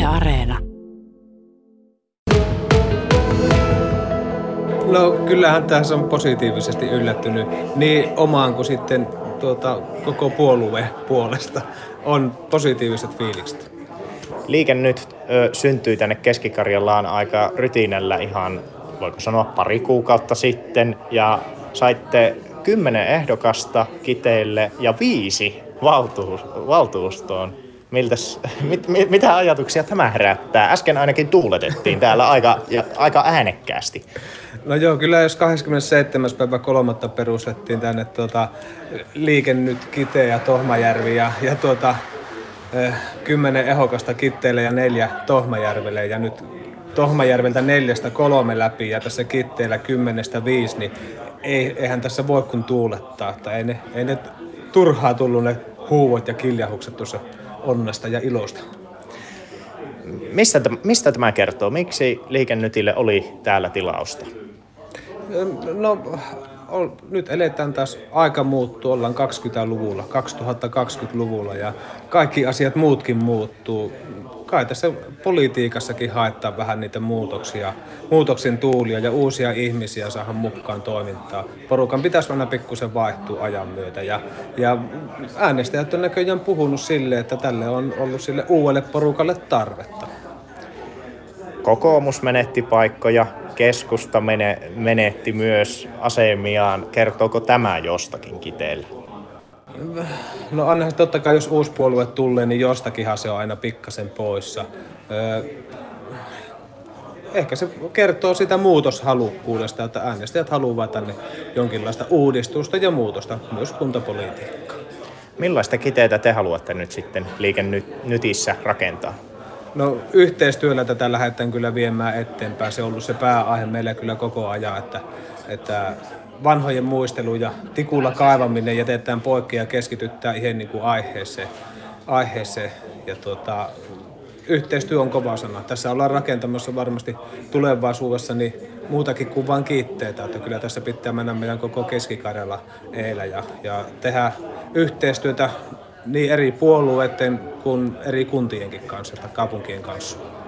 Areena. No kyllähän tässä on positiivisesti yllättynyt niin omaan kuin sitten koko puolueen puolesta. On positiiviset fiilikset. Liike Nyt syntyi tänne Keski-Karjalaan aika rytinällä ihan, voiko sanoa, pari kuukautta sitten. Ja saitte 10 ehdokasta Kiteelle ja 5 valtuustoon. Mitä ajatuksia tämä herättää? Äsken ainakin tuuletettiin täällä aika äänekkäästi. No joo, kyllä jos 27.3. perustettiin tänne Liike Nyt Kite ja Tohmajärvi ja 10 ehdokasta Kitteelle ja 4 Tohmajärvelle ja nyt Tohmajärveltä 4-3 läpi ja tässä Kitteellä 10-5, niin eihän tässä voi kun tuulettaa, että ei ne turhaa tullut ne huuvot ja kiljahukset tuossa onnesta ja ilosta. Mistä tämä kertoo? Miksi Liike Nytille oli täällä tilausta? No nyt eletään taas, aika muuttuu, ollaan 20-luvulla, 2020-luvulla ja kaikki asiat muutkin muuttuu. Kai tässä politiikassakin haetaan vähän niitä muutoksen tuulia ja uusia ihmisiä saadaan mukaan toimintaa. Porukan pitäisi aina pikkusen vaihtua ajan myötä ja äänestäjät on näköjään puhunut sille, että tälle on ollut sille uudelle porukalle tarvetta. Kokoomus menetti paikkoja, keskusta menetti myös asemiaan. Kertooko tämä jostakin Kiteellä? No ainahan totta kai, jos uusi puolue tulee, niin jostakinhan se on aina pikkasen poissa. Ehkä se kertoo sitä muutoshalukkuudesta, että äänestäjät haluavat tänne jonkinlaista uudistusta ja muutosta, myös kuntapolitiikkaa. Millaista Kiteitä te haluatte nyt sitten Liike Nytissä rakentaa? No yhteistyöllä tätä lähdetään kyllä viemään eteenpäin. Se on ollut se pääaihe meillä kyllä koko ajan, että vanhojen muistelu ja tikulla kaivaminen jätetään poikki ja keskitytään ihan niin kuin aiheeseen. Ja yhteistyö on kova sana. Tässä ollaan rakentamassa varmasti tulevaisuudessa niin muutakin kuin vain kiitteitä. Että kyllä tässä pitää mennä meidän koko Keski-Karjala edellä ja tehdä yhteistyötä niin eri puolueiden kuin eri kuntienkin kanssa tai kaupunkien kanssa.